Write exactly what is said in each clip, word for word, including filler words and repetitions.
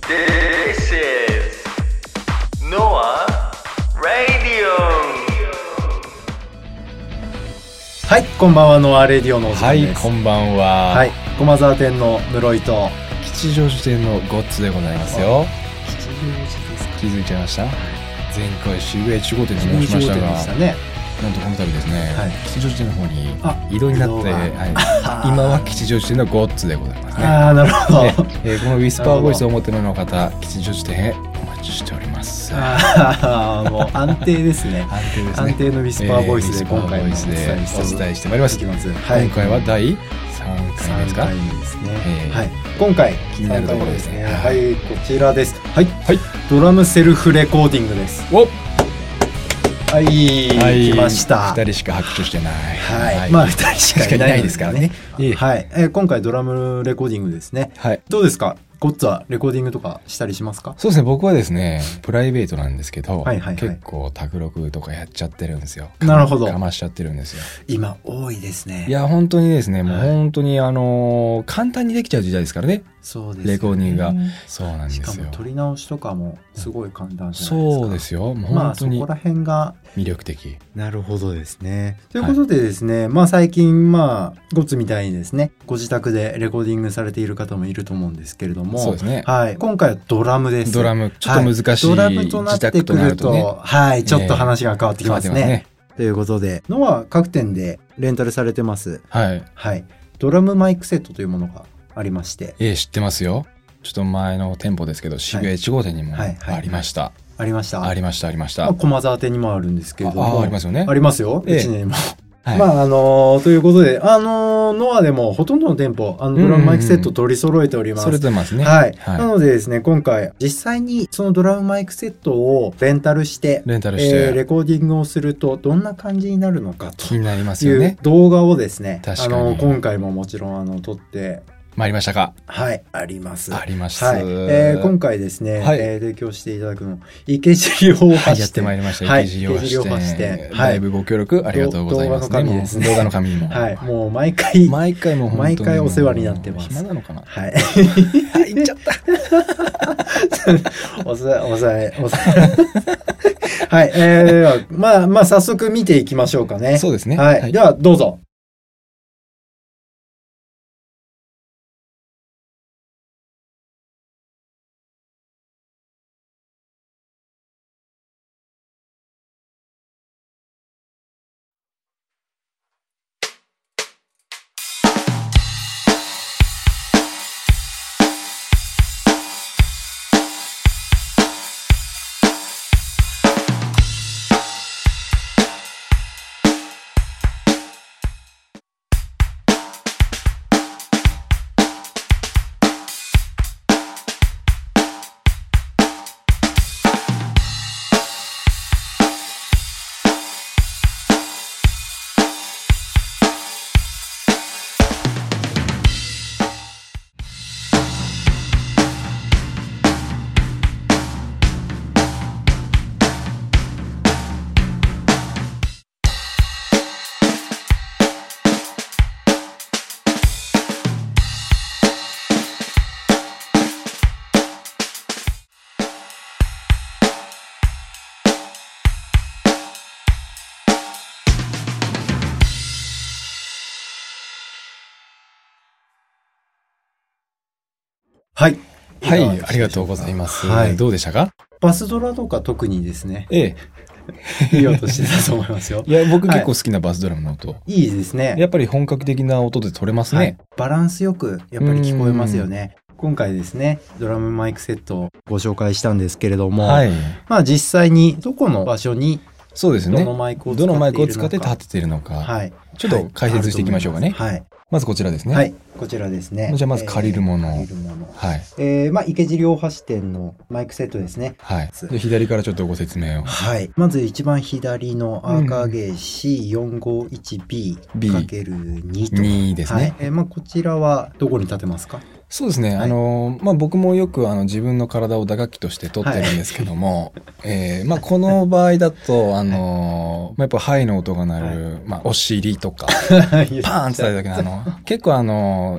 This is Noah Radio。 はい、こんばんは。ノアレディオのお時間です。 はい、こんばんは。 はい、駒沢店の室井と吉祥寺店のゴッツでございますよ。 吉祥寺ですか。 気づいちゃいました？前回渋谷いち号店と申しましたが、 でしたね。 なんとこの度ですね、はい、吉祥寺店の方に移動になって、 はい、 今は吉祥寺店のゴッツでございますね。 ああ、なるほど。 えー、このウィスパーボイスをお求めの方、吉祥寺店へお待ちしております。 ああ、もう安定ですね。 安定ですね。 安定のウィスパーボイスで今回もお伝えしてまいります。はい、今回はだいさんかいめですか。さんかいめですね。 えー、はい。今回気になるところですね。 はい、こちらです。はい。はい。ドラムセルフレコーディングです。お。はい、はい、来ました。 ふたりしか拍手してない。 はい。はい、まあふたりしかいないですからね。 いいはい、えー。今回ドラムレコーディングですね。はい。どうですか？ゴッツはレコーディングとかしたりしますか？ そうですね、僕はですねプライベートなんですけど、はいはいはい、結構卓録とかやっちゃってるんですよ。 なるほど。 かましちゃってるんですよ。 今多いですね。 いや本当にですね、もう本当にあのー、簡単にできちゃう時代ですからね。 そうですね、 レコーディングがそうなんですよ。 しかも撮り直しとかもすごい簡単じゃないですか。 そうですよ、もう本当に、 まあ、そこら辺が魅力的。 なるほどですね。ということでですね、はい、まあ最近まあゴッツみたいにですねご自宅でレコーディングされている方もいると思うんですけれども、 そうですね、 はい、今回はドラムです。 ドラムちょっと難しい、はい、ドラムとなってくると、ね、 はい、ちょっと話が変わってきますね。えー、ねということでノア各店でレンタルされてます。はい、はい、ドラムマイクセットというものがありまして、 えー、知ってますよ。ちょっと前の店舗ですけど渋谷いち号店にもありました。 ありましたありましたありました。 まあ、駒沢店にもあるんですけれども、 あ, あ, ありますよね。 ありますよ、ええ、いちねんにもはい、 まああのー、ということであのー、ノアでもほとんどの店舗あのドラムマイクセット取り揃えております。 それてますね。 はい、はい、なのでですね今回実際にそのドラムマイクセットをレンタルしてレンタルして、 えー、レコーディングをするとどんな感じになるのかと気になりますよね。 動画をですね、 確かにあのー、今回ももちろんあの撮って参りましたか。 はい、あります。 あります。 はい、えー、今回ですね、はい、えー、提供していただくの池尻大橋店、はい、 やってまいりました。 はい、 池尻大橋店、はい、だいぶご協力ありがとうございますね。 動画の紙ですね。 動画の紙にも、 はい、もう毎回毎回もう毎回お世話になってます。 暇なのかな。 はい。 言っちゃった。 おさおさえおさえ。はい、えー、まあまあ早速見ていきましょうかね。 そうですね。 はい、はい、ではどうぞ。はい。 はい、ありがとうございます。はい、どうでしたか？ バスドラとか特にですね。 ええ。いい音してたと思いますよ。 いや、僕結構好きなバスドラムの音。はい、 いいですね。 やっぱり本格的な音で取れますね。はい、 バランスよく、やっぱり聞こえますよね。今回ですね、ドラムマイクセットをご紹介したんですけれども、はい、まあ実際にどこの場所にそうですね。 どのマイクを使って立てているのか。はい。ちょっと解説していきましょうかね。はい。まずこちらですね。 はい。こちらですね。 じゃあまず借りるもの。 借りるもの。 はい。 えー、まあ池尻大橋店のマイクセットですね。 はい。で左からちょっとご説明を。 はい。まず一番左の赤毛 シーよんごいちビーかけるに と。 にですね。はい。 えー、まあこちらはどこに立てますか？ そうですね、はい、あのまあ、僕もよくあの自分の体を打楽器として取ってるんですけども、はいえーまあ、この場合だとあの、はいまあ、やっぱハイの音が鳴る、はいまあ、お尻とかパーンって叩いた時のあの結構あの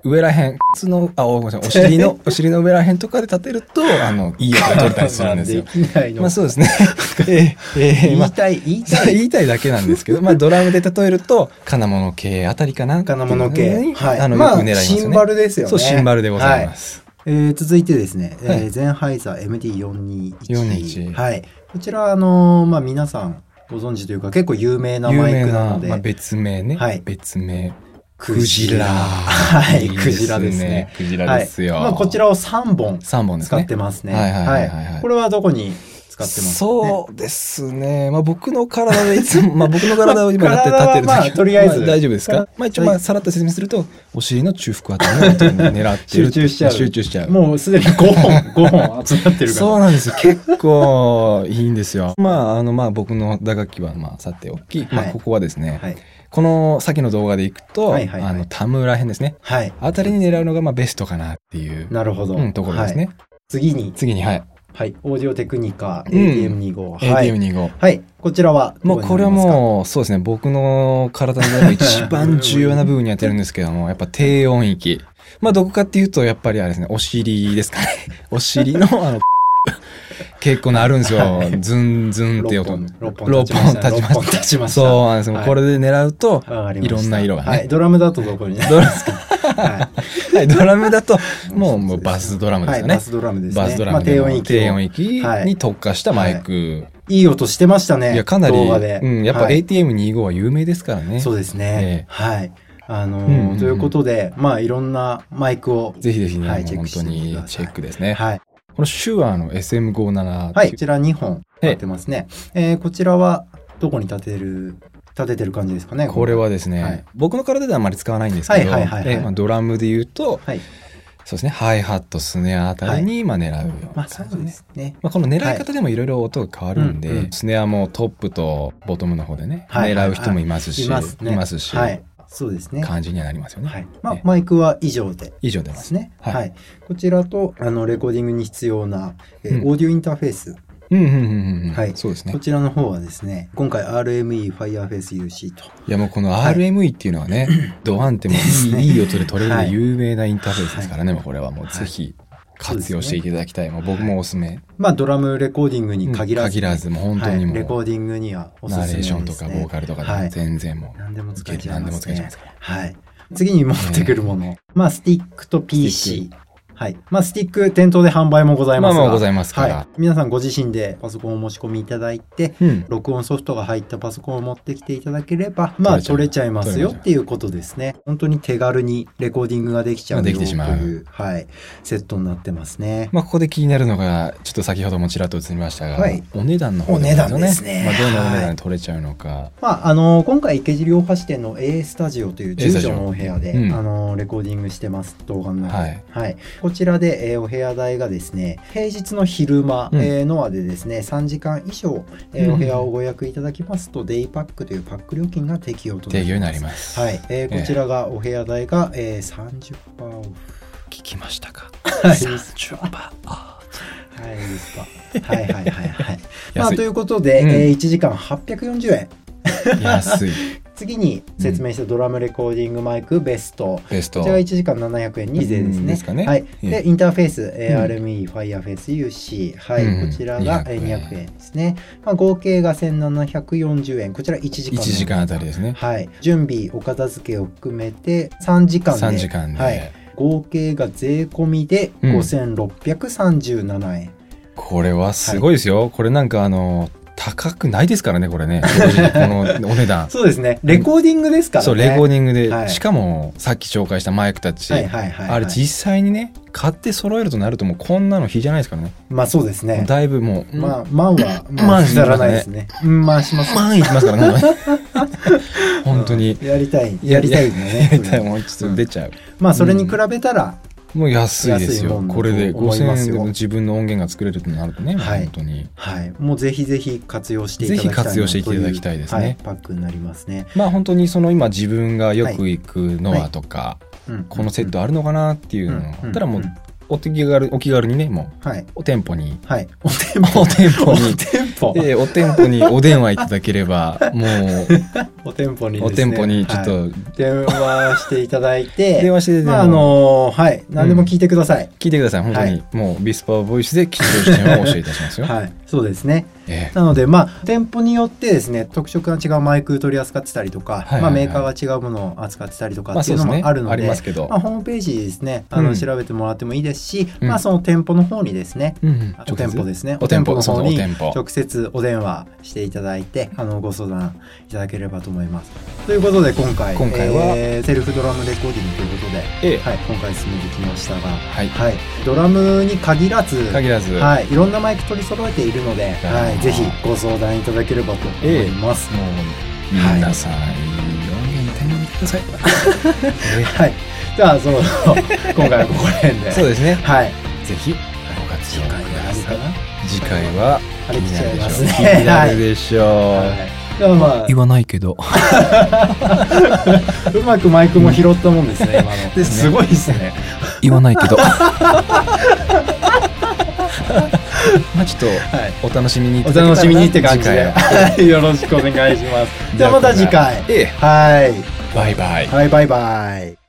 上らへん、靴の、あ、ごめんなさい、お尻の、お尻の上らへんとかで立てると、あの、いい音が取れたりするんですよ。 できないの。 まあそうですね。えーえー、 言いたい、言いたい。 言いたいだけなんですけど、まあドラムで例えると、金物系あたりかな。 金物系。 はい。あの、よく狙いますよね。 シンバルですよね。 そう、シンバルでございます。 はい、えー、続いてですね、はい、えー、ゼンハイザー エムディーよんにーいち。よんにーいち。はい。こちら、あのー、まあ皆さんご存知というか、結構有名なマイクなので。 まあ、別名ね。 はい。 別名。 クジラ。はい。クジラですね。 クジラですよ。 はい、まあこちらをさんぼん。さんぼん使ってますね。はいはいはいはい。これはどこに使ってますか、ね、 そうですね。まあ僕の体でいつも、まあ僕の体を今やって立ってるんですけど、 まあとりあえず、 まあ、大丈夫ですか？まあ一応まあさらっと説明すると、お尻の中腹あたりを狙ってる。 集中しちゃう。 集中しちゃう。 もうすでにごほん、ごほん集まってるから。 そうなんですよ。結構いいんですよ。まああのまあ僕の打楽器はまあさておき、はい、まあここはですね、はい、この先の動画でいくと、はいはいはい、あのタムらへんですね。はい。あたりに狙うのがまあベストかなっていう。 なるほど。 うん、ところですね。はい、 次に。 次に、はい。 はい。オーディオテクニカ エーティーエムにじゅうご。 エーティーエムにじゅうご。 はい。こちらはもうこれはもう、そうですね。僕の体の一番重要な部分にやってるんですけども、やっぱ低音域。まあどこかっていうと、やっぱりあれですね、お尻ですかね。お尻のあの、結構なるんですよ。はい、ズンズンって音。 ろっぽん立ちました。ろっぽん立ちました。 そうなんですよ。はい、これで狙うと、いろんな色がね。 はい。ドラムだとどこになりますか？ はい、はい。ドラムだと、もう、もうバスドラムですよね。 はい、バスドラムですね。 バスドラム。まあ、 低音域。 低音域に特化したマイク。はいはい、 いい音してましたね。 いや、かなり。 動画で。 うん。やっぱ エーティーエムにじゅうご は有名ですからね。 そうですね。えー、はい。あのーうんうんうん、ということで、まあ、いろんなマイクを。 ぜひぜひね、はい、本当にチェックですね。はい。このシュアーの エスエムごじゅうなな。 はい。こちらにほん立ってますね。えー、こちらはどこに立てる、立ててる感じですかね。 これはですね、はい、僕の体ではあまり使わないんですけど、はいはいはいはい、まあ、ドラムで言うと、はい、そうですね、ハイハット、スネアあたりにまあ狙うような感じですね。まあ、そうですね。まあ、この狙い方でもいろいろ音が変わるんで、はいうんうん、スネアもトップとボトムの方でね、はいはいはい、狙う人もいますし、いますね、いますし、はい、そうですね。感じにはなりますよね。はい。 まあ、マイクは以上で。 以上ですね。はい。はい、こちらと、あの、レコーディングに必要な、えーうん、オーディオインターフェース。 うんうんうんうん。はい。そうですね。 こちらの方はですね、今回 アールエムイー Fireface ユーシー と。 いやもうこの アールエムイー っていうのはね、はい、ドアンテもいい、ね、いい音で取れる有名なインターフェースですからね、はい、もうこれはもうぜひ活用していただきたい。もう僕もおすすめ。はい、 まあドラムレコーディングに限らず、 うん、限らずもう本当にもう、 はい、レコーディングにはおすすめですね。 ナレーションとかボーカルとかでも全然もう、はい、 何でも使えちゃいますね。 何でも使えちゃいますから。 はい。次に持ってくるもの。えー、まあスティックと ピーシー。はい。まあ、スティック店頭で販売もございますが。 まあまあございますから。 はい。皆さんご自身でパソコンをお持ち込みいただいて、うん、録音ソフトが入ったパソコンを持ってきていただければ、まあ、取れちゃいますよっていうことですね。本当に手軽にレコーディングができちゃうよという、はい、セットになってますね。 まあ、ここで気になるのが、ちょっと先ほどもちらっと映りましたが、はい、お値段の方ですね。お値段ですね。 まあ、どのお値段で取れちゃうのか。はい、 まあ、あの、今回、池尻大橋店の エースタジオというじゅう畳のお部屋で、うん、あの、レコーディングしてます、動画の中で。はい。はい、こちらで、えーお部屋代がですね、平日の昼間、うんえー、ノアでですね、さんじかん以上、えー、お部屋をご予約いただきますと、うん、デイパックというパック料金が適用となります。 適用になります。 はい。えー、こちらがお部屋代が、えー、さんじゅっパーセントオフ。 聞きましたか？ はい。 さんじゅっパーセントオフ。 はい、ですか。はいはいはいはい。まあ、ということで、うん、えー、いちじかんはっぴゃくよんじゅうえん。 安い。 次に説明したドラムレコーディングマイクベスト。 ベスト。 こちらがいちじかんななひゃくえんに税ですね。 ですかね。 はい。で、インターフェース、アールエムイー Fireface ユーシー。はい。こちらがにひゃくえんですね。まあ、合計がせんななひゃくよんじゅうえん。こちらいちじかん。 いちじかんあたりですね。 はい。準備、お片付けを含めてさんじかんで。 さんじかんで。はい。 合計が税込みでごせんろっぴゃくさんじゅうななえん。 これはすごいですよ。はい、これなんかあの、高くないですからね、これね。このお値段。 そうですね。レコーディングですからね。 そう、レコーディングで。はい、しかも、さっき紹介したマイクたち。はいはいはいはい、あれ実際にね、買って揃えるとなるともうこんなの比じゃないですからね。 まあそうですね。 だいぶもう。 まあ、万は、まあ、しならないですね。うん、まあします。 万いきますからね。本当に。 やりたい。やりたいね。 やりたい。もうちょっと出ちゃう。 まあそれに比べたら、 もう安いですよ。これでごせんえんで自分の音源が作れるとなるとね、はい、本当に。 はい。もうぜひぜひ活用していただきたい。 ぜひ活用していただきたいですね。はい、 パックになりますね。 まあ本当にその今自分がよく行くノアとか、このセットあるのかなっていうのだったらもうお手軽、お気軽にね、もう、 はい、 お店舗に、 はい、お店舗、 お店舗に、 お店舗、 えー、お店舗にお電話いただければ、もう、 お店舗にですね、お店舗にちょっと、はい、 電話していただいて、 電話して、 まあ、あのー、はい、何でも聞いてください。うん、 聞いてください、本当に。はい、もう、ビスパーボイスで吉祥視点をお教えいたしますよ。 はい、そうですね。えー、なので、まあ、店舗によってですね、特色が違うマイク取り扱ってたりとか、はいはいはい、まあ、メーカーが違うものを扱ってたりとかっていうのもあるので、まあ、ありますけど、まあ、ホームページですね、あの、うん、調べてもらってもいいですし、うん、まあ、その店舗の方にですね、うん、お店舗ですね、お店舗の方に直接お電話していただいて、あの、ご相談いただければと思います。ということで、今回、 今回は、 えー、セルフドラムレコーディングということで、 ええ、 はい、今回進めてきましたが、はい、はい、ドラムに限らず、 限らず、 はい、いろんなマイク取り揃えているので、はい、ぜひご相談いただければと思います。 ええ、もう皆さん、はい、いい音源手に入れてください。 はい、じゃあそろそろ今回はここら辺で、 そうですね。 はい、 ぜひご活用ください。次回は気になるでしょう。 気になるでしょう。 はい、まあ、 言わないけどうまくマイクも拾ったもんですね、今の。ですごいですね。 言わないけど。まあちょっとお楽しみに、 お楽しみにって感じでよろしくお願いします。じゃあまた次回。 ええ、 はい。 バイバイ。 はい、バイバイ。